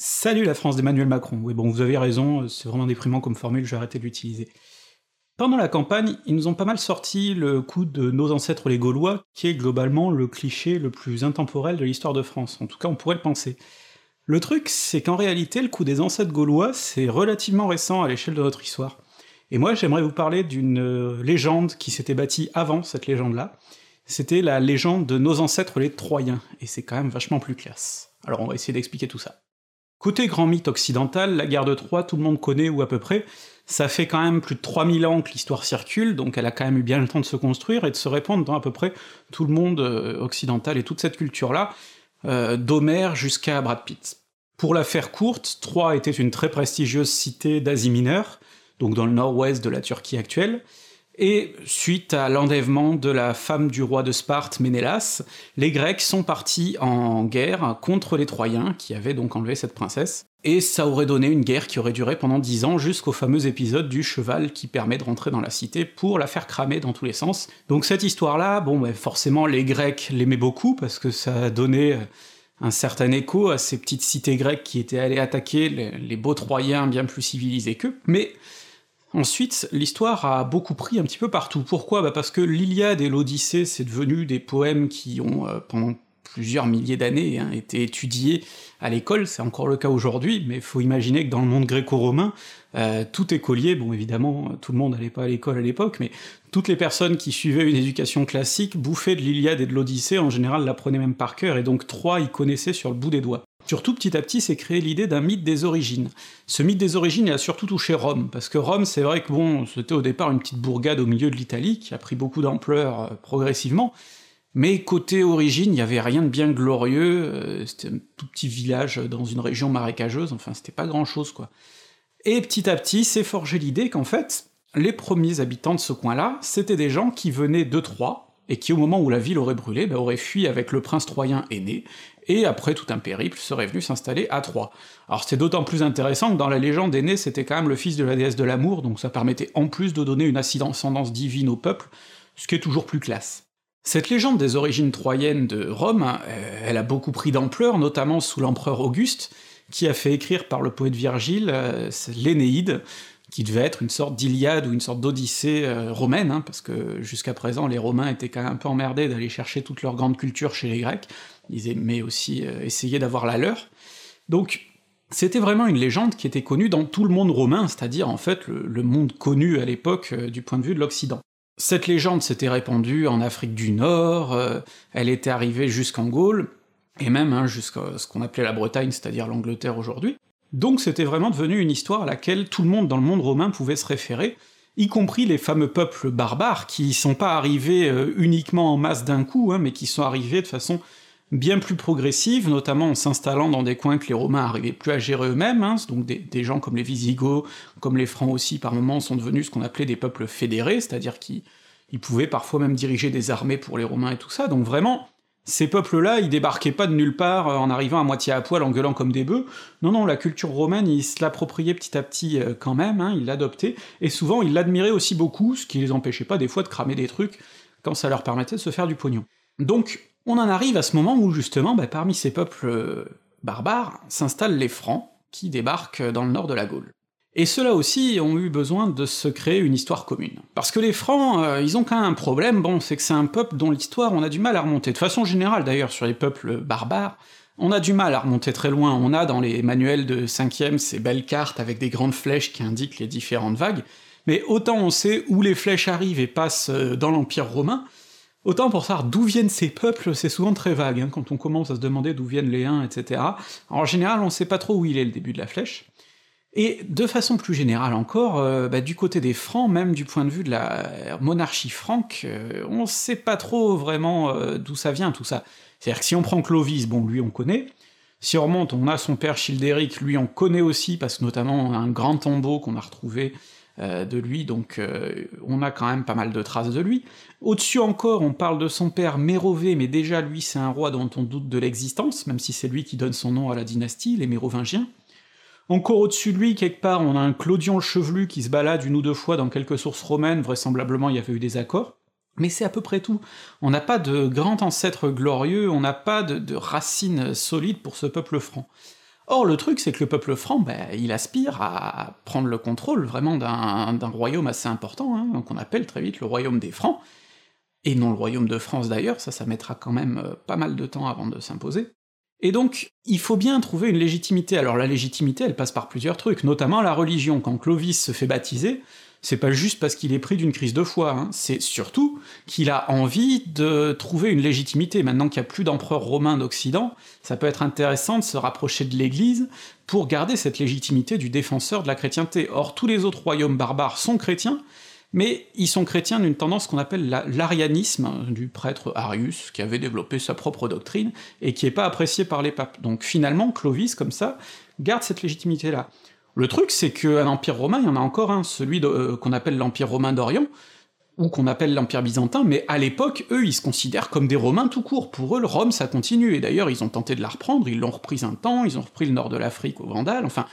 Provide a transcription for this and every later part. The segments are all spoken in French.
Salut la France d'Emmanuel Macron. Oui bon, vous avez raison, c'est vraiment déprimant comme formule, je vais arrêter de l'utiliser. Pendant la campagne, ils nous ont pas mal sorti le coup de nos ancêtres les Gaulois, qui est globalement le cliché le plus intemporel de l'histoire de France, en tout cas on pourrait le penser. Le truc, c'est qu'en réalité, le coup des ancêtres gaulois, c'est relativement récent à l'échelle de notre histoire. Et moi, j'aimerais vous parler d'une légende qui s'était bâtie avant cette légende-là. C'était la légende de nos ancêtres les Troyens, et c'est quand même vachement plus classe. Alors on va essayer d'expliquer tout ça. Côté grand mythe occidental, la guerre de Troie, tout le monde connaît ou à peu près, ça fait quand même plus de 3000 ans que l'histoire circule, donc elle a quand même eu bien le temps de se construire et de se répandre dans à peu près tout le monde occidental et toute cette culture-là, d'Homère jusqu'à Brad Pitt. Pour la faire courte, Troie était une très prestigieuse cité d'Asie mineure, donc dans le nord-ouest de la Turquie actuelle, et suite à l'enlèvement de la femme du roi de Sparte, Ménélas, les Grecs sont partis en guerre contre les Troyens, qui avaient donc enlevé cette princesse, et ça aurait donné une guerre qui aurait duré pendant 10 ans, jusqu'au fameux épisode du cheval qui permet de rentrer dans la cité pour la faire cramer dans tous les sens. Donc cette histoire-là, bon, bah, forcément les Grecs l'aimaient beaucoup, parce que ça donnait un certain écho à ces petites cités grecques qui étaient allées attaquer les beaux Troyens bien plus civilisés qu'eux, mais ensuite, l'histoire a beaucoup pris un petit peu partout. Pourquoi ? Bah parce que l'Iliade et l'Odyssée, c'est devenu des poèmes qui ont, pendant plusieurs milliers d'années, été étudiés à l'école, c'est encore le cas aujourd'hui, mais faut imaginer que dans le monde gréco-romain, tout écolier, bon évidemment, tout le monde allait pas à l'école à l'époque, mais toutes les personnes qui suivaient une éducation classique bouffaient de l'Iliade et de l'Odyssée, en général l'apprenaient même par cœur, et donc Troie y connaissaient sur le bout des doigts. Surtout, petit à petit, s'est créé l'idée d'un mythe des origines. Ce mythe des origines, il a surtout touché Rome, parce que Rome, c'est vrai que bon, c'était au départ une petite bourgade au milieu de l'Italie, qui a pris beaucoup d'ampleur progressivement, mais côté origine, il y avait rien de bien glorieux, c'était un tout petit village dans une région marécageuse, enfin c'était pas grand-chose, quoi. Et petit à petit, s'est forgé l'idée qu'en fait, les premiers habitants de ce coin-là, c'était des gens qui venaient de Troie, et qui au moment où la ville aurait brûlé, bah, auraient fui avec le prince troyen aîné, et après tout un périple, serait venu s'installer à Troie. Alors c'est d'autant plus intéressant que dans la légende, Énée c'était quand même le fils de la déesse de l'amour, donc ça permettait en plus de donner une ascendance divine au peuple, ce qui est toujours plus classe. Cette légende des origines troyennes de Rome, elle a beaucoup pris d'ampleur, notamment sous l'empereur Auguste, qui a fait écrire par le poète Virgile l'Énéide, qui devait être une sorte d'Iliade ou une sorte d'Odyssée romaine, parce que jusqu'à présent les Romains étaient quand même un peu emmerdés d'aller chercher toute leur grande culture chez les Grecs, ils aimaient aussi essayer d'avoir la leur. Donc c'était vraiment une légende qui était connue dans tout le monde romain, c'est-à-dire en fait le monde connu à l'époque du point de vue de l'Occident. Cette légende s'était répandue en Afrique du Nord, elle était arrivée jusqu'en Gaule, et même jusqu'à ce qu'on appelait la Bretagne, c'est-à-dire l'Angleterre aujourd'hui. Donc c'était vraiment devenu une histoire à laquelle tout le monde dans le monde romain pouvait se référer, y compris les fameux peuples barbares, qui sont pas arrivés uniquement en masse d'un coup, mais qui sont arrivés de façon bien plus progressive, notamment en s'installant dans des coins que les Romains arrivaient plus à gérer eux-mêmes, donc des gens comme les Visigoths, comme les Francs aussi, par moments, sont devenus ce qu'on appelait des peuples fédérés, c'est-à-dire qu'ils pouvaient parfois même diriger des armées pour les Romains et tout ça, donc vraiment, ces peuples-là, ils débarquaient pas de nulle part en arrivant à moitié à poil, en gueulant comme des bœufs, non, la culture romaine, ils se l'appropriaient petit à petit quand même, ils l'adoptaient, et souvent ils l'admiraient aussi beaucoup, ce qui les empêchait pas des fois de cramer des trucs quand ça leur permettait de se faire du pognon. Donc, on en arrive à ce moment où justement, parmi ces peuples barbares, s'installent les Francs, qui débarquent dans le nord de la Gaule. Et ceux-là aussi ont eu besoin de se créer une histoire commune. Parce que les Francs, ils ont quand même un problème, c'est que c'est un peuple dont l'histoire, on a du mal à remonter. De façon générale d'ailleurs, sur les peuples barbares, on a du mal à remonter très loin, on a dans les manuels de 5e ces belles cartes avec des grandes flèches qui indiquent les différentes vagues, mais autant on sait où les flèches arrivent et passent dans l'Empire romain, autant pour savoir d'où viennent ces peuples, c'est souvent très vague, quand on commence à se demander d'où viennent les Huns, etc. Alors, en général, on sait pas trop où il est le début de la flèche. Et de façon plus générale encore, du côté des Francs, même du point de vue de la monarchie franque, on sait pas trop vraiment d'où ça vient tout ça. C'est-à-dire que si on prend Clovis, bon lui on connaît, si on remonte, on a son père Childéric, lui on connaît aussi, parce que notamment on a un grand tombeau qu'on a retrouvé de lui, donc on a quand même pas mal de traces de lui. Au-dessus encore, on parle de son père Mérovée, mais déjà lui c'est un roi dont on doute de l'existence, même si c'est lui qui donne son nom à la dynastie, les Mérovingiens. Encore au-dessus de lui, quelque part, on a un Clodion le Chevelu qui se balade une ou deux fois dans quelques sources romaines, vraisemblablement il y avait eu des accords, mais c'est à peu près tout. On n'a pas de grand ancêtre glorieux, on n'a pas de racines solides pour ce peuple franc. Or le truc c'est que le peuple franc, il aspire à prendre le contrôle vraiment d'un royaume assez important, hein, qu'on appelle très vite le royaume des Francs, et non le royaume de France d'ailleurs, ça mettra quand même pas mal de temps avant de s'imposer. Et donc, il faut bien trouver une légitimité. Alors la légitimité, elle passe par plusieurs trucs, notamment la religion. Quand Clovis se fait baptiser, c'est pas juste parce qu'il est pris d'une crise de foi, hein, c'est surtout qu'il a envie de trouver une légitimité. Maintenant qu'il y a plus d'empereurs romains d'Occident, ça peut être intéressant de se rapprocher de l'Église pour garder cette légitimité du défenseur de la chrétienté. Or, tous les autres royaumes barbares sont chrétiens, mais ils sont chrétiens d'une tendance qu'on appelle l'arianisme, du prêtre Arius, qui avait développé sa propre doctrine, et qui est pas apprécié par les papes. Donc finalement, Clovis, comme ça, garde cette légitimité-là. Le truc, c'est qu'à l'Empire romain, il y en a encore un, celui qu'on appelle l'Empire romain d'Orient, ou qu'on appelle l'Empire byzantin, mais à l'époque, eux, ils se considèrent comme des Romains tout court. Pour eux, Rome, ça continue, et d'ailleurs, ils ont tenté de la reprendre, ils l'ont reprise un temps, ils ont repris le nord de l'Afrique aux Vandales, enfin...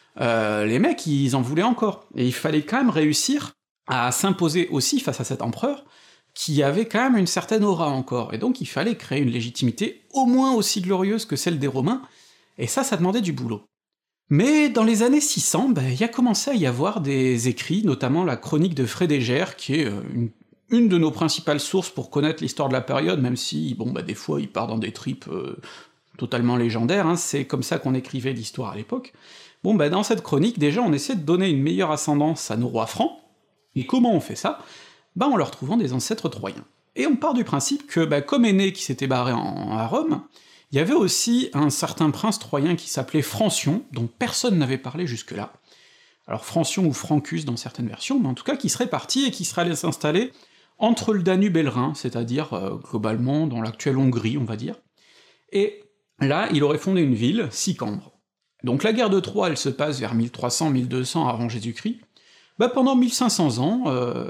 les mecs, ils en voulaient encore. Et il fallait quand même réussir à s'imposer aussi face à cet empereur, qui avait quand même une certaine aura encore, et donc il fallait créer une légitimité au moins aussi glorieuse que celle des Romains, et ça demandait du boulot. Mais dans les années 600, il y a commencé à y avoir des écrits, notamment la chronique de Frédégère, qui est une de nos principales sources pour connaître l'histoire de la période, même si, des fois il part dans des tripes totalement légendaires, hein, c'est comme ça qu'on écrivait l'histoire à l'époque. Dans cette chronique, déjà on essaie de donner une meilleure ascendance à nos rois francs, et comment on fait ça? En leur trouvant des ancêtres troyens. Et on part du principe que, comme Énée qui s'était barré à Rome, il y avait aussi un certain prince troyen qui s'appelait Francion, dont personne n'avait parlé jusque-là. Alors Francion ou Francus dans certaines versions, mais en tout cas qui serait parti et qui serait allé s'installer entre le Danube et le Rhin, c'est-à-dire globalement dans l'actuelle Hongrie, on va dire. Et là, il aurait fondé une ville, Sicambre. Donc la guerre de Troie, elle se passe vers 1300-1200 avant Jésus-Christ. Pendant 1500 ans,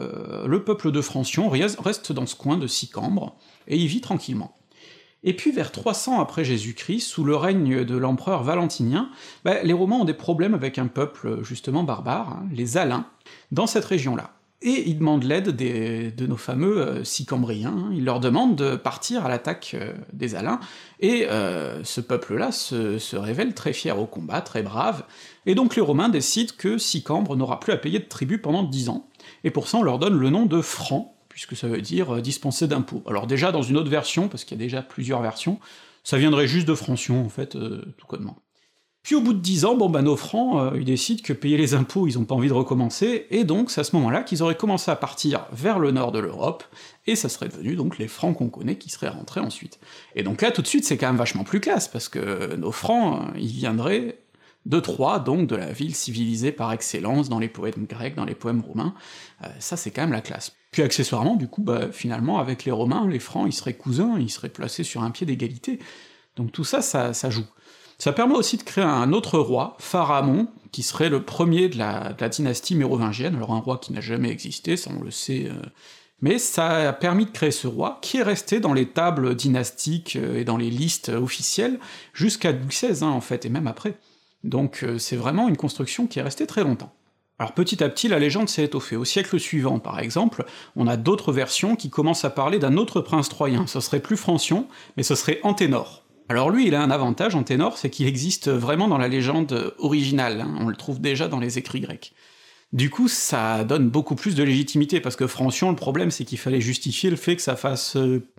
le peuple de Francion reste dans ce coin de Sicambre, et y vit tranquillement. Et puis vers 300 après Jésus-Christ, sous le règne de l'empereur Valentinien, les Romains ont des problèmes avec un peuple justement barbare, hein, les Alains, dans cette région-là. Et ils demandent l'aide de nos fameux Sicambriens, hein, ils leur demandent de partir à l'attaque des Alains, et ce peuple-là se révèle très fier au combat, très brave, et donc les Romains décident que Sicambre n'aura plus à payer de tribut pendant 10 ans, et pour ça on leur donne le nom de Francs, puisque ça veut dire dispenser d'impôts. Alors déjà dans une autre version, parce qu'il y a déjà plusieurs versions, ça viendrait juste de Francion en fait, tout connement. Puis au bout de 10 ans, nos Francs, ils décident que payer les impôts, ils ont pas envie de recommencer, et donc c'est à ce moment-là qu'ils auraient commencé à partir vers le nord de l'Europe, et ça serait devenu donc les Francs qu'on connaît qui seraient rentrés ensuite. Et donc là, tout de suite, c'est quand même vachement plus classe, parce que nos Francs, ils viendraient de Troie, donc de la ville civilisée par excellence dans les poèmes grecs, dans les poèmes romains, ça c'est quand même la classe. Puis accessoirement, du coup, finalement, avec les Romains, les Francs, ils seraient cousins, ils seraient placés sur un pied d'égalité, donc tout ça, ça joue. Ça permet aussi de créer un autre roi, Pharamond, qui serait le premier de la dynastie mérovingienne, alors un roi qui n'a jamais existé, ça on le sait, mais ça a permis de créer ce roi, qui est resté dans les tables dynastiques et dans les listes officielles, jusqu'à Louis XVI, hein, en fait, et même après. Donc c'est vraiment une construction qui est restée très longtemps. Alors petit à petit, la légende s'est étoffée. Au siècle suivant, par exemple, on a d'autres versions qui commencent à parler d'un autre prince troyen, ce serait plus Francion, mais ce serait Anténor. Alors lui, il a un avantage, Anténor, c'est qu'il existe vraiment dans la légende originale, hein, on le trouve déjà dans les écrits grecs. Du coup, ça donne beaucoup plus de légitimité, parce que Francion, le problème, c'est qu'il fallait justifier le fait que ça fasse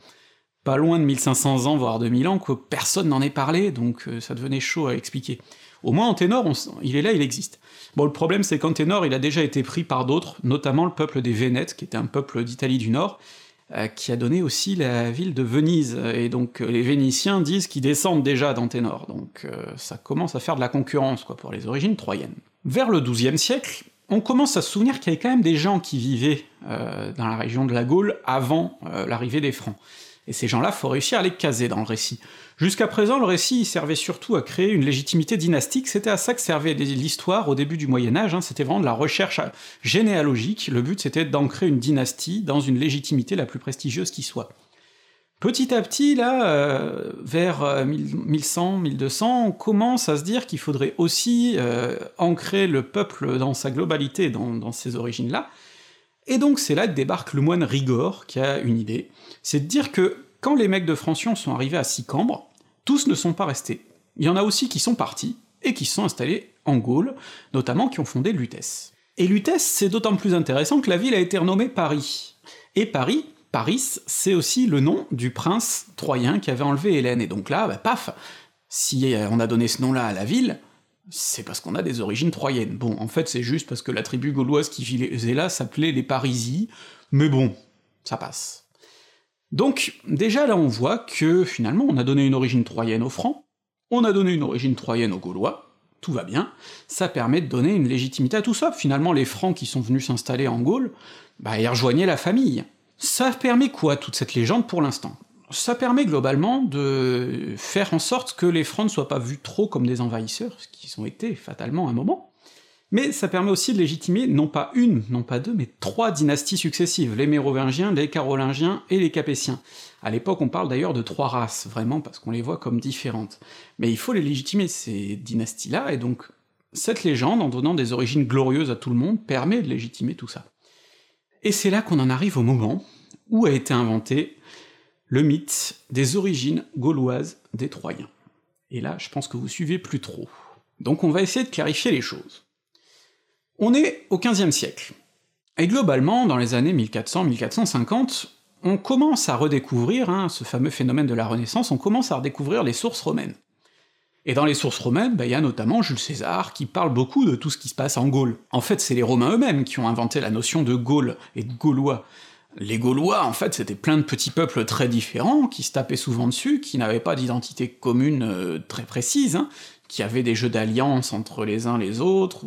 pas loin de 1500 ans, voire 2000 ans, que personne n'en ait parlé, donc ça devenait chaud à expliquer. Au moins Anténor, il est là, il existe. Bon, le problème, c'est qu'Anténor, il a déjà été pris par d'autres, notamment le peuple des Vénètes, qui était un peuple d'Italie du Nord, qui a donné aussi la ville de Venise, et donc les Vénitiens disent qu'ils descendent déjà d'Anténor, donc ça commence à faire de la concurrence, quoi, pour les origines troyennes. Vers le XIIe siècle, on commence à se souvenir qu'il y avait quand même des gens qui vivaient dans la région de la Gaule avant l'arrivée des Francs. Et ces gens-là, faut réussir à les caser dans le récit. Jusqu'à présent, le récit il servait surtout à créer une légitimité dynastique, c'était à ça que servait l'histoire au début du Moyen-Âge, hein, c'était vraiment de la recherche généalogique, le but c'était d'ancrer une dynastie dans une légitimité la plus prestigieuse qui soit. Petit à petit, là, vers 1100, 1200, on commence à se dire qu'il faudrait aussi ancrer le peuple dans sa globalité, dans ses origines-là, et donc c'est là que débarque le moine Rigord, qui a une idée, c'est de dire que quand les mecs de Francion sont arrivés à Sicambre, tous ne sont pas restés. Il y en a aussi qui sont partis, et qui se sont installés en Gaule, notamment qui ont fondé Lutèce. Et Lutèce, c'est d'autant plus intéressant que la ville a été renommée Paris. Et Paris, c'est aussi le nom du prince troyen qui avait enlevé Hélène, et donc là, paf, si on a donné ce nom-là à la ville, c'est parce qu'on a des origines troyennes. Bon, en fait, c'est juste parce que la tribu gauloise qui vivait là s'appelait les Parisii, mais bon, ça passe. Donc, déjà là on voit que, finalement, on a donné une origine troyenne aux Francs, on a donné une origine troyenne aux Gaulois, tout va bien, ça permet de donner une légitimité à tout ça, finalement les Francs qui sont venus s'installer en Gaule, ils rejoignaient la famille. Ça permet quoi, toute cette légende, pour l'instant? Ça permet globalement de faire en sorte que les Francs ne soient pas vus trop comme des envahisseurs, ce qu'ils ont été fatalement à un moment, mais ça permet aussi de légitimer non pas une, non pas deux, mais 3 dynasties successives, les Mérovingiens, les Carolingiens et les Capétiens. À l'époque on parle d'ailleurs de 3 races, vraiment, parce qu'on les voit comme différentes. Mais il faut les légitimer, ces dynasties-là, et donc cette légende, en donnant des origines glorieuses à tout le monde, permet de légitimer tout ça. Et c'est là qu'on en arrive au moment où a été inventé le mythe des origines gauloises des Troyens. Et là, je pense que vous suivez plus trop. Donc on va essayer de clarifier les choses. On est au XVe siècle, et globalement, dans les années 1400-1450, on commence à redécouvrir, ce fameux phénomène de la Renaissance, on commence à redécouvrir les sources romaines. Et dans les sources romaines, il y a notamment Jules César qui parle beaucoup de tout ce qui se passe en Gaule. En fait, c'est les Romains eux-mêmes qui ont inventé la notion de Gaule et de Gaulois. Les Gaulois, en fait, c'était plein de petits peuples très différents, qui se tapaient souvent dessus, qui n'avaient pas d'identité commune très précise, qui avaient des jeux d'alliance entre les uns les autres,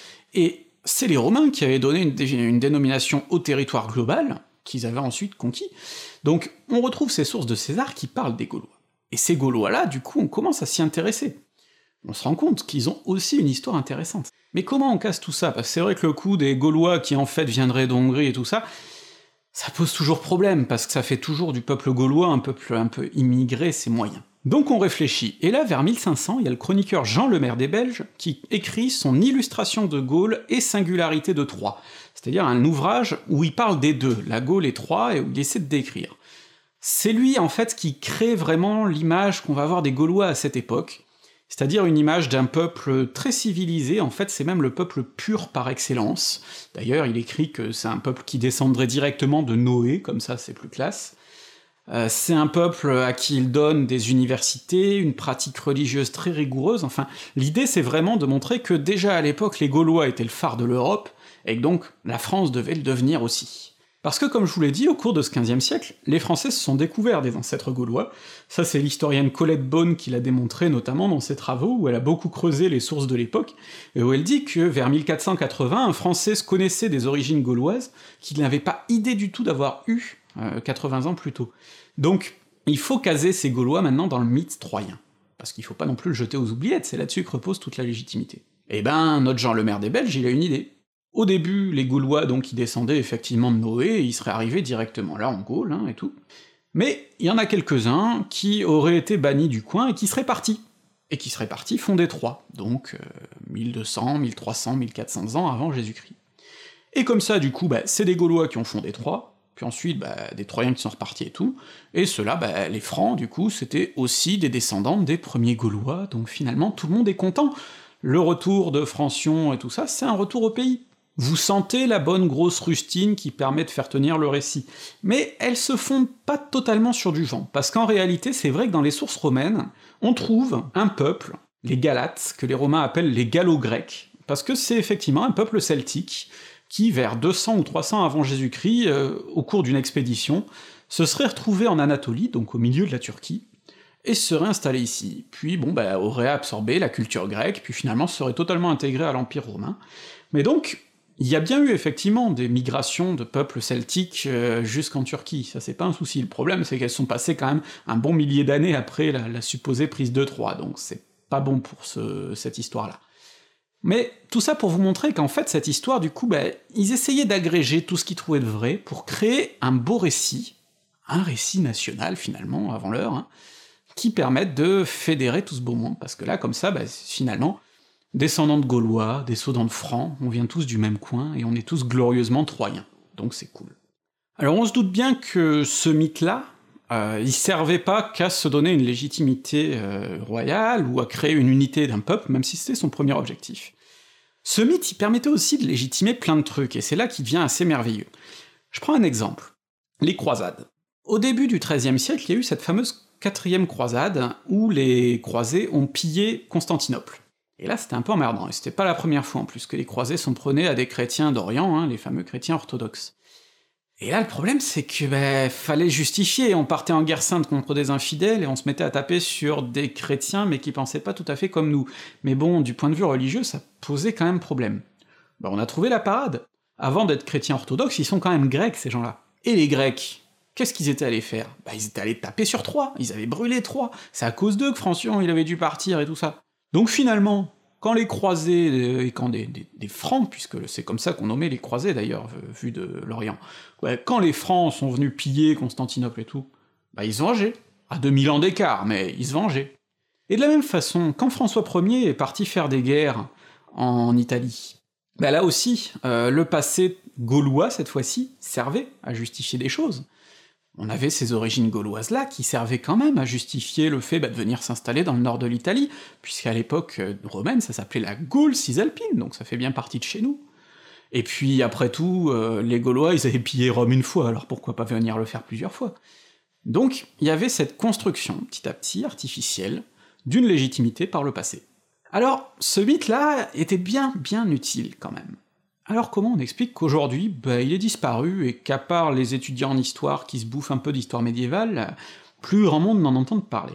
et c'est les Romains qui avaient donné une dénomination au territoire global, qu'ils avaient ensuite conquis. Donc on retrouve ces sources de César qui parlent des Gaulois. Et ces Gaulois-là, du coup, on commence à s'y intéresser. On se rend compte qu'ils ont aussi une histoire intéressante. Mais comment on casse tout ça? Parce que c'est vrai que le coup des Gaulois qui en fait viendraient d'Hongrie et tout ça, ça pose toujours problème, parce que ça fait toujours du peuple gaulois un peuple un peu immigré, c'est moyen. Donc on réfléchit, et là vers 1500, il y a le chroniqueur Jean Lemaire des Belges qui écrit son Illustration de Gaule et singularité de Troie, c'est-à-dire un ouvrage où il parle des deux, la Gaule et Troie, et où il essaie de décrire. C'est lui, en fait, qui crée vraiment l'image qu'on va avoir des Gaulois à cette époque, c'est-à-dire une image d'un peuple très civilisé, en fait c'est même le peuple pur par excellence. D'ailleurs il écrit que c'est un peuple qui descendrait directement de Noé, comme ça c'est plus classe. C'est un peuple à qui il donne des universités, une pratique religieuse très rigoureuse, enfin l'idée c'est vraiment de montrer que déjà à l'époque les Gaulois étaient le phare de l'Europe, et que donc la France devait le devenir aussi. Parce que, comme je vous l'ai dit, au cours de ce XVe siècle, les Français se sont découverts des ancêtres gaulois, ça c'est l'historienne Colette Beaune qui l'a démontré notamment dans ses travaux, où elle a beaucoup creusé les sources de l'époque, et où elle dit que vers 1480, un Français se connaissait des origines gauloises qu'il n'avait pas idée du tout d'avoir eu 80 ans plus tôt. Donc, il faut caser ces Gaulois maintenant dans le mythe troyen, parce qu'il faut pas non plus le jeter aux oubliettes, c'est là-dessus que repose toute la légitimité. Eh ben, notre Jean Lemaire des Belges, il a une idée. Au début, les Gaulois, donc, ils descendaient effectivement de Noé, et ils seraient arrivés directement là, en Gaule, et tout. Mais il y en a quelques-uns qui auraient été bannis du coin et qui seraient partis. Et qui seraient partis fonder Troie, donc 1200, 1300, 1400 ans avant Jésus-Christ. Et comme ça, du coup, c'est des Gaulois qui ont fondé Troie, puis ensuite, des Troyens qui sont repartis et tout, et ceux-là, les Francs, du coup, c'était aussi des descendants des premiers Gaulois, donc finalement, tout le monde est content. Le retour de Francion et tout ça, c'est un retour au pays. Vous sentez la bonne grosse rustine qui permet de faire tenir le récit. Mais elle se fonde pas totalement sur du vent, parce qu'en réalité, c'est vrai que dans les sources romaines, on trouve un peuple, les Galates, que les Romains appellent les Gallo-Grecs, parce que c'est effectivement un peuple celtique, qui, vers 200 ou 300 avant Jésus-Christ, au cours d'une expédition, se serait retrouvé en Anatolie, donc au milieu de la Turquie, et se serait installé ici, puis aurait absorbé la culture grecque, puis finalement se serait totalement intégré à l'Empire romain. Mais donc, il y a bien eu effectivement des migrations de peuples celtiques jusqu'en Turquie, ça c'est pas un souci, le problème c'est qu'elles sont passées quand même un bon millier d'années après la supposée prise de Troie, donc c'est pas bon pour cette histoire-là. Mais tout ça pour vous montrer qu'en fait cette histoire, du coup, ils essayaient d'agréger tout ce qu'ils trouvaient de vrai pour créer un beau récit, un récit national finalement, avant l'heure, qui permette de fédérer tout ce beau monde, parce que là, comme ça, finalement, descendants de Gaulois, descendants de Francs, on vient tous du même coin, et on est tous glorieusement troyens, donc c'est cool. Alors on se doute bien que ce mythe-là il servait pas qu'à se donner une légitimité royale ou à créer une unité d'un peuple, même si c'était son premier objectif. Ce mythe, il permettait aussi de légitimer plein de trucs, et c'est là qu'il devient assez merveilleux. Je prends un exemple. Les croisades. Au début du XIIIe siècle, il y a eu cette fameuse 4e croisade, où les croisés ont pillé Constantinople. Et là, c'était un peu emmerdant, et c'était pas la première fois en plus que les croisés s'en prenaient à des chrétiens d'Orient, hein, les fameux chrétiens orthodoxes. Et là, le problème, c'est que fallait justifier, on partait en guerre sainte contre des infidèles, et on se mettait à taper sur des chrétiens, mais qui pensaient pas tout à fait comme nous. Mais bon, du point de vue religieux, ça posait quand même problème. On a trouvé la parade. Avant d'être chrétiens orthodoxes, ils sont quand même grecs, ces gens-là. Et les Grecs, qu'est-ce qu'ils étaient allés faire? Ils étaient allés taper sur Troie, ils avaient brûlé Troie, c'est à cause d'eux que Francion, il avait dû partir et tout ça. Donc finalement, quand les croisés, et quand des francs, puisque c'est comme ça qu'on nommait les croisés d'ailleurs, vu de l'Orient, quand les francs sont venus piller Constantinople et tout, ils se vengeaient, à 2000 ans d'écart, mais ils se vengeaient. Et de la même façon, quand François Ier est parti faire des guerres en Italie, là aussi, le passé gaulois, cette fois-ci, servait à justifier des choses. On avait ces origines gauloises-là qui servaient quand même à justifier le fait de venir s'installer dans le nord de l'Italie, puisqu'à l'époque romaine, ça s'appelait la Gaule cisalpine, donc ça fait bien partie de chez nous. Et puis après tout, les Gaulois, ils avaient pillé Rome une fois, alors pourquoi pas venir le faire plusieurs fois? Donc il y avait cette construction, petit à petit, artificielle, d'une légitimité par le passé. Alors, ce mythe-là était bien utile quand même. Alors comment on explique qu'aujourd'hui, il est disparu, et qu'à part les étudiants en histoire qui se bouffent un peu d'histoire médiévale, plus grand monde n'en entend parler?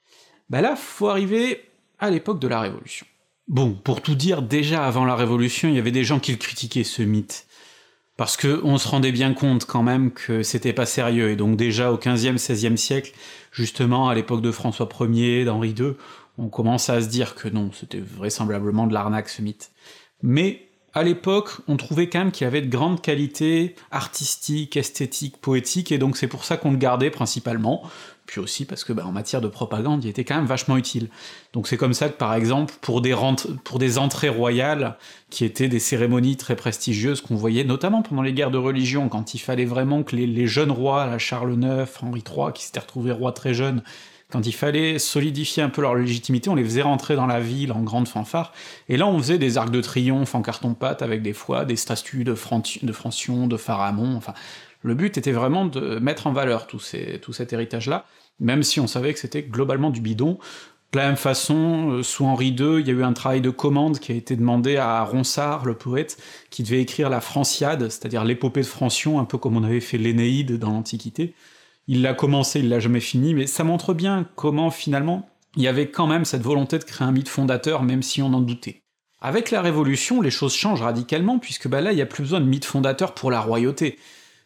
Là, faut arriver à l'époque de la Révolution. Bon, pour tout dire, déjà avant la Révolution, il y avait des gens qui le critiquaient, ce mythe. Parce que on se rendait bien compte quand même que c'était pas sérieux, et donc déjà au XVe, XVIe siècle, justement à l'époque de François Ier, d'Henri II, on commence à se dire que non, c'était vraisemblablement de l'arnaque ce mythe. Mais à l'époque, on trouvait quand même qu'il y avait de grandes qualités artistiques, esthétiques, poétiques, et donc c'est pour ça qu'on le gardait principalement, puis aussi parce que en matière de propagande, il était quand même vachement utile. Donc c'est comme ça que par exemple, pour des entrées royales, qui étaient des cérémonies très prestigieuses qu'on voyait notamment pendant les guerres de religion, quand il fallait vraiment que les jeunes rois, là, Charles IX, Henri III, qui s'étaient retrouvés rois très jeunes, quand il fallait solidifier un peu leur légitimité, on les faisait rentrer dans la ville en grande fanfare, et là on faisait des arcs de triomphe en carton-pâte avec des fois des statues de Francion, de Pharamond, enfin... Le but était vraiment de mettre en valeur tout cet héritage-là, même si on savait que c'était globalement du bidon. De la même façon, sous Henri II, il y a eu un travail de commande qui a été demandé à Ronsard, le poète, qui devait écrire la Franciade, c'est-à-dire l'épopée de Francion, un peu comme on avait fait l'Énéide dans l'Antiquité. Il l'a commencé, il l'a jamais fini, mais ça montre bien comment, finalement, il y avait quand même cette volonté de créer un mythe fondateur, même si on en doutait. Avec la Révolution, les choses changent radicalement, puisque là, il n'y a plus besoin de mythe fondateur pour la royauté.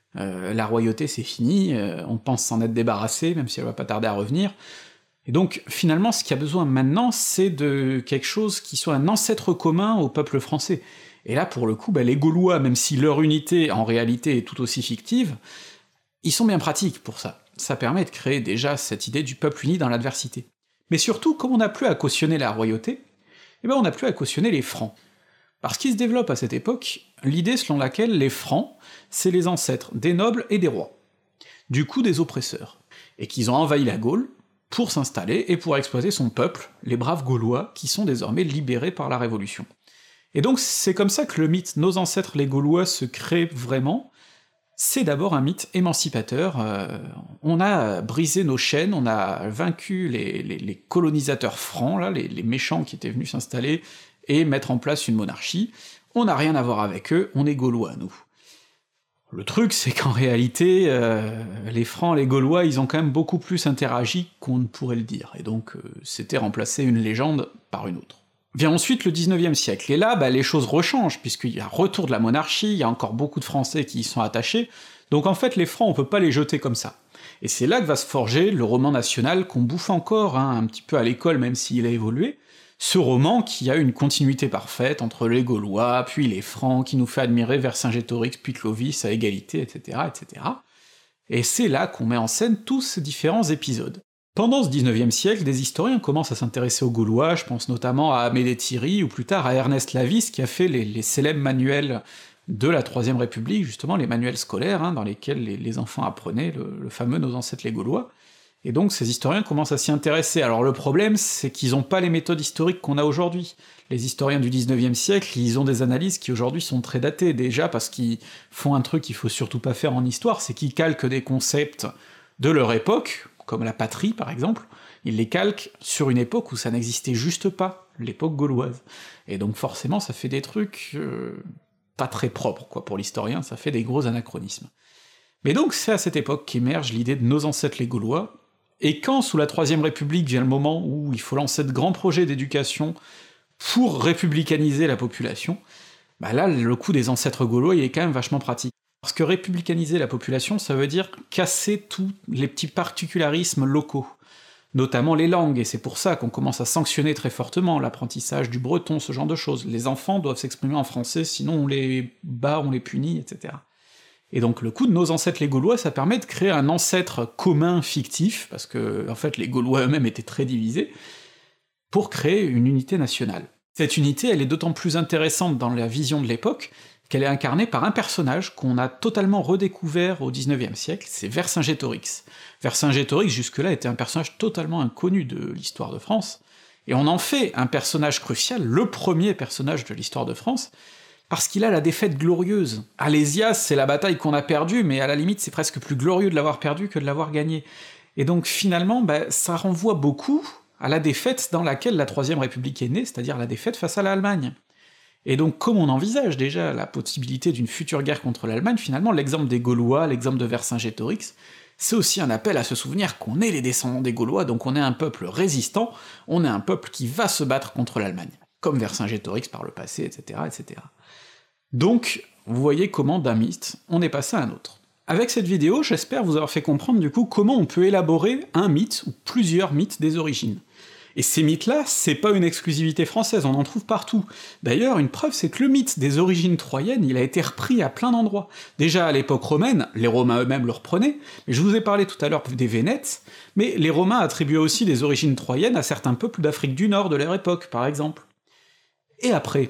La royauté c'est fini, on pense s'en être débarrassé, même si elle va pas tarder à revenir, et donc finalement ce qu'il y a besoin maintenant, c'est de quelque chose qui soit un ancêtre commun au peuple français. Et là pour le coup, les Gaulois, même si leur unité en réalité est tout aussi fictive, ils sont bien pratiques pour ça. Ça permet de créer déjà cette idée du peuple uni dans l'adversité. Mais surtout, comme on n'a plus à cautionner la royauté, on n'a plus à cautionner les Francs. Parce qu'il se développe à cette époque l'idée selon laquelle les Francs, c'est les ancêtres des nobles et des rois, du coup des oppresseurs, et qu'ils ont envahi la Gaule pour s'installer et pour exploiter son peuple, les braves Gaulois, qui sont désormais libérés par la Révolution. Et donc c'est comme ça que le mythe « Nos ancêtres les Gaulois » se crée vraiment. C'est d'abord un mythe émancipateur, on a brisé nos chaînes, on a vaincu les colonisateurs francs, là, les méchants qui étaient venus s'installer et mettre en place une monarchie, on n'a rien à voir avec eux, on est Gaulois, nous. Le truc, c'est qu'en réalité, les Francs, les Gaulois, ils ont quand même beaucoup plus interagi qu'on ne pourrait le dire, et donc c'était remplacer une légende par une autre. Vient ensuite le 19e siècle, et là, les choses rechangent, puisqu'il y a retour de la monarchie, il y a encore beaucoup de Français qui y sont attachés, donc en fait les Francs, on peut pas les jeter comme ça. Et c'est là que va se forger le roman national qu'on bouffe encore, un petit peu à l'école, même s'il a évolué, ce roman qui a une continuité parfaite entre les Gaulois, puis les Francs, qui nous fait admirer Vercingétorix puis Clovis à égalité, etc., etc. Et c'est là qu'on met en scène tous ces différents épisodes. Pendant ce 19e siècle, des historiens commencent à s'intéresser aux Gaulois, je pense notamment à Amédée Thierry, ou plus tard à Ernest Lavis, qui a fait les célèbres manuels de la Troisième République, justement, les manuels scolaires, dans lesquels les enfants apprenaient le fameux Nos ancêtres les Gaulois, et donc ces historiens commencent à s'y intéresser. Alors le problème, c'est qu'ils ont pas les méthodes historiques qu'on a aujourd'hui. Les historiens du 19e siècle, ils ont des analyses qui aujourd'hui sont très datées, déjà parce qu'ils font un truc qu'il faut surtout pas faire en histoire, c'est qu'ils calquent des concepts de leur époque, comme la patrie par exemple, ils les calquent sur une époque où ça n'existait juste pas, l'époque gauloise. Et donc forcément ça fait des trucs pas très propres, quoi, pour l'historien, ça fait des gros anachronismes. Mais donc c'est à cette époque qu'émerge l'idée de Nos ancêtres les Gaulois, et quand, sous la Troisième République, vient le moment où il faut lancer de grands projets d'éducation pour républicaniser la population, bah là, le coup des ancêtres gaulois, il est quand même vachement pratique. Parce que républicaniser la population, ça veut dire casser tous les petits particularismes locaux, notamment les langues, et c'est pour ça qu'on commence à sanctionner très fortement l'apprentissage du breton, ce genre de choses. Les enfants doivent s'exprimer en français, sinon on les bat, on les punit, etc. Et donc le coup de Nos ancêtres les Gaulois, ça permet de créer un ancêtre commun fictif, parce que en fait les Gaulois eux-mêmes étaient très divisés, pour créer une unité nationale. Cette unité, elle est d'autant plus intéressante dans la vision de l'époque, qu'elle est incarnée par un personnage qu'on a totalement redécouvert au XIXe siècle, c'est Vercingétorix. Vercingétorix, jusque-là, était un personnage totalement inconnu de l'histoire de France, et on en fait un personnage crucial, le premier personnage de l'histoire de France, parce qu'il a la défaite glorieuse. Alésias, c'est la bataille qu'on a perdue, mais à la limite c'est presque plus glorieux de l'avoir perdue que de l'avoir gagnée. Et donc finalement, ça renvoie beaucoup à la défaite dans laquelle la Troisième République est née, c'est-à-dire la défaite face à l'Allemagne. Et donc comme on envisage déjà la possibilité d'une future guerre contre l'Allemagne, finalement l'exemple des Gaulois, l'exemple de Vercingétorix, c'est aussi un appel à se souvenir qu'on est les descendants des Gaulois, donc on est un peuple résistant, on est un peuple qui va se battre contre l'Allemagne, comme Vercingétorix par le passé, etc., etc. Donc, vous voyez comment d'un mythe, on est passé à un autre. Avec cette vidéo, j'espère vous avoir fait comprendre du coup comment on peut élaborer un mythe, ou plusieurs mythes des origines. Et ces mythes-là, c'est pas une exclusivité française, on en trouve partout. D'ailleurs, une preuve, c'est que le mythe des origines troyennes, il a été repris à plein d'endroits. Déjà à l'époque romaine, les Romains eux-mêmes le reprenaient, mais je vous ai parlé tout à l'heure des Vénètes, mais les Romains attribuaient aussi des origines troyennes à certains peuples d'Afrique du Nord de leur époque, par exemple. Et après,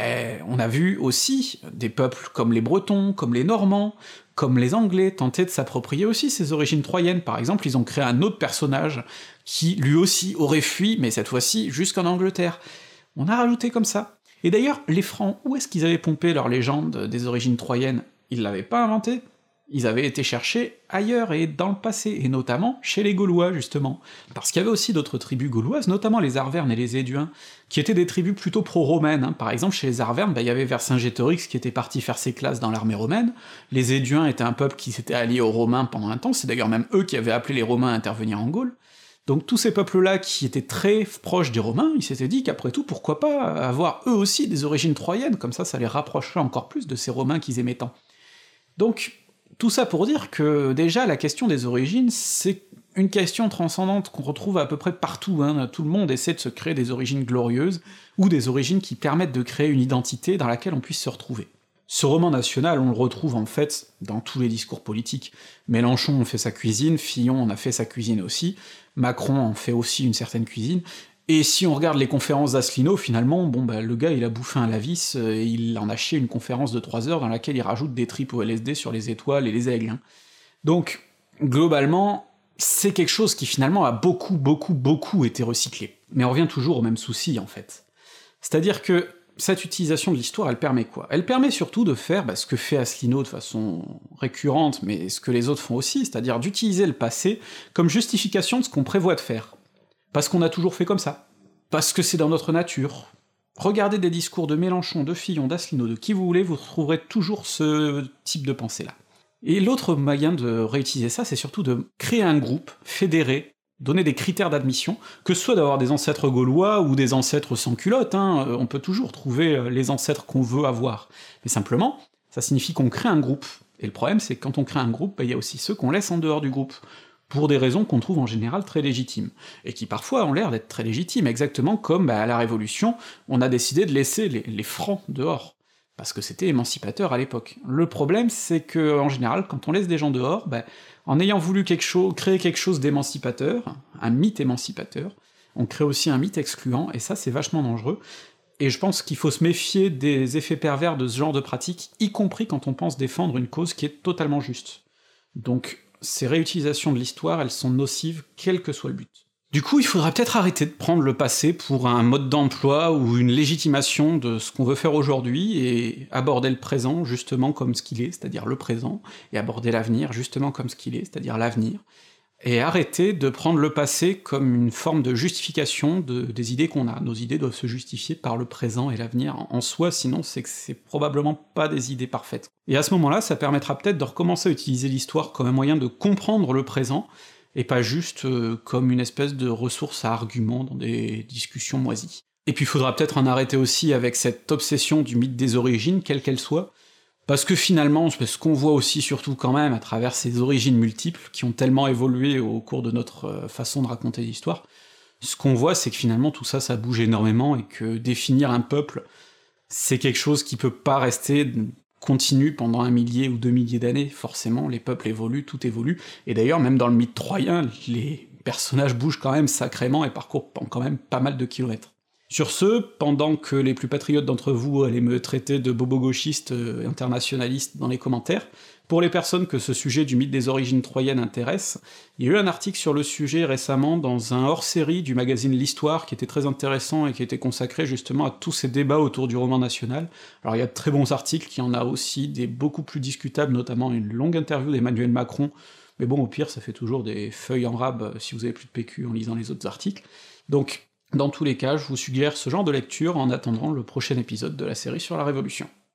on a vu aussi des peuples comme les Bretons, comme les Normands, comme les Anglais tenter de s'approprier aussi ces origines troyennes. Par exemple, ils ont créé un autre personnage qui, lui aussi, aurait fui, mais cette fois-ci jusqu'en Angleterre. On a rajouté comme ça. Et d'ailleurs, les Francs, où est-ce qu'ils avaient pompé leur légende des origines troyennes? Ils l'avaient pas inventée. Ils avaient été cherchés ailleurs et dans le passé, et notamment chez les Gaulois, justement. Parce qu'il y avait aussi d'autres tribus gauloises, notamment les Arvernes et les Éduins, qui étaient des tribus plutôt pro-romaines. Par exemple, chez les Arvernes, il y avait Vercingétorix qui était parti faire ses classes dans l'armée romaine, les Éduins étaient un peuple qui s'était allié aux Romains pendant un temps, c'est d'ailleurs même eux qui avaient appelé les Romains à intervenir en Gaule. Donc tous ces peuples-là qui étaient très proches des Romains, ils s'étaient dit qu'après tout, pourquoi pas avoir eux aussi des origines troyennes, comme ça les rapprocherait encore plus de ces Romains qu'ils aimaient tant. Donc, tout ça pour dire que, déjà, la question des origines, c'est une question transcendante qu'on retrouve à peu près partout, tout le monde essaie de se créer des origines glorieuses, ou des origines qui permettent de créer une identité dans laquelle on puisse se retrouver. Ce roman national, on le retrouve en fait dans tous les discours politiques. Mélenchon en fait sa cuisine, Fillon en a fait sa cuisine aussi, Macron en fait aussi une certaine cuisine, et si on regarde les conférences d'Asselineau, finalement, le gars il a bouffé un lavis, et il en a chié une conférence de 3 heures dans laquelle il rajoute des tripes au LSD sur les étoiles et les aigles. Donc, globalement, c'est quelque chose qui finalement a beaucoup été recyclé. Mais on revient toujours au même souci, en fait. C'est-à-dire que cette utilisation de l'histoire, elle permet quoi? Elle permet surtout de faire ce que fait Asselineau de façon récurrente, mais ce que les autres font aussi, c'est-à-dire d'utiliser le passé comme justification de ce qu'on prévoit de faire. Parce qu'on a toujours fait comme ça. Parce que c'est dans notre nature. Regardez des discours de Mélenchon, de Fillon, d'Asselineau, de qui vous voulez, vous retrouverez toujours ce type de pensée-là. Et l'autre moyen de réutiliser ça, c'est surtout de créer un groupe, fédérer, donner des critères d'admission, que ce soit d'avoir des ancêtres gaulois ou des ancêtres sans culotte, on peut toujours trouver les ancêtres qu'on veut avoir. Mais simplement, ça signifie qu'on crée un groupe. Et le problème, c'est que quand on crée un groupe, il y a aussi ceux qu'on laisse en dehors du groupe, pour des raisons qu'on trouve en général très légitimes, et qui parfois ont l'air d'être très légitimes, exactement comme à la Révolution, on a décidé de laisser les Francs dehors, parce que c'était émancipateur à l'époque. Le problème, c'est que en général, quand on laisse des gens dehors, en ayant voulu créer quelque chose d'émancipateur, un mythe émancipateur, on crée aussi un mythe excluant, et ça c'est vachement dangereux, et je pense qu'il faut se méfier des effets pervers de ce genre de pratique, y compris quand on pense défendre une cause qui est totalement juste. Donc, ces réutilisations de l'histoire, elles sont nocives, quel que soit le but. Du coup, il faudra peut-être arrêter de prendre le passé pour un mode d'emploi ou une légitimation de ce qu'on veut faire aujourd'hui, et aborder le présent justement comme ce qu'il est, c'est-à-dire le présent, et aborder l'avenir justement comme ce qu'il est, c'est-à-dire l'avenir, et arrêter de prendre le passé comme une forme de justification des idées qu'on a. Nos idées doivent se justifier par le présent et l'avenir en soi, sinon c'est que c'est probablement pas des idées parfaites. Et à ce moment-là, ça permettra peut-être de recommencer à utiliser l'histoire comme un moyen de comprendre le présent, et pas juste comme une espèce de ressource à arguments dans des discussions moisies. Et puis il faudra peut-être en arrêter aussi avec cette obsession du mythe des origines, quelle qu'elle soit, parce que finalement, ce qu'on voit aussi surtout quand même à travers ces origines multiples, qui ont tellement évolué au cours de notre façon de raconter l'histoire, ce qu'on voit c'est que finalement tout ça, ça bouge énormément, et que définir un peuple, c'est quelque chose qui peut pas rester continu pendant 1 millier ou 2 milliers d'années, forcément, les peuples évoluent, tout évolue, et d'ailleurs même dans le mythe troyen, les personnages bougent quand même sacrément et parcourent quand même pas mal de kilomètres. Sur ce, pendant que les plus patriotes d'entre vous allaient me traiter de bobo-gauchiste internationaliste dans les commentaires, pour les personnes que ce sujet du mythe des origines troyennes intéresse, il y a eu un article sur le sujet récemment dans un hors-série du magazine L'Histoire qui était très intéressant et qui était consacré justement à tous ces débats autour du roman national. Alors il y a de très bons articles, il y en a aussi des beaucoup plus discutables, notamment une longue interview d'Emmanuel Macron, mais bon au pire ça fait toujours des feuilles en rab si vous avez plus de PQ en lisant les autres articles. Donc dans tous les cas, je vous suggère ce genre de lecture en attendant le prochain épisode de la série sur la Révolution.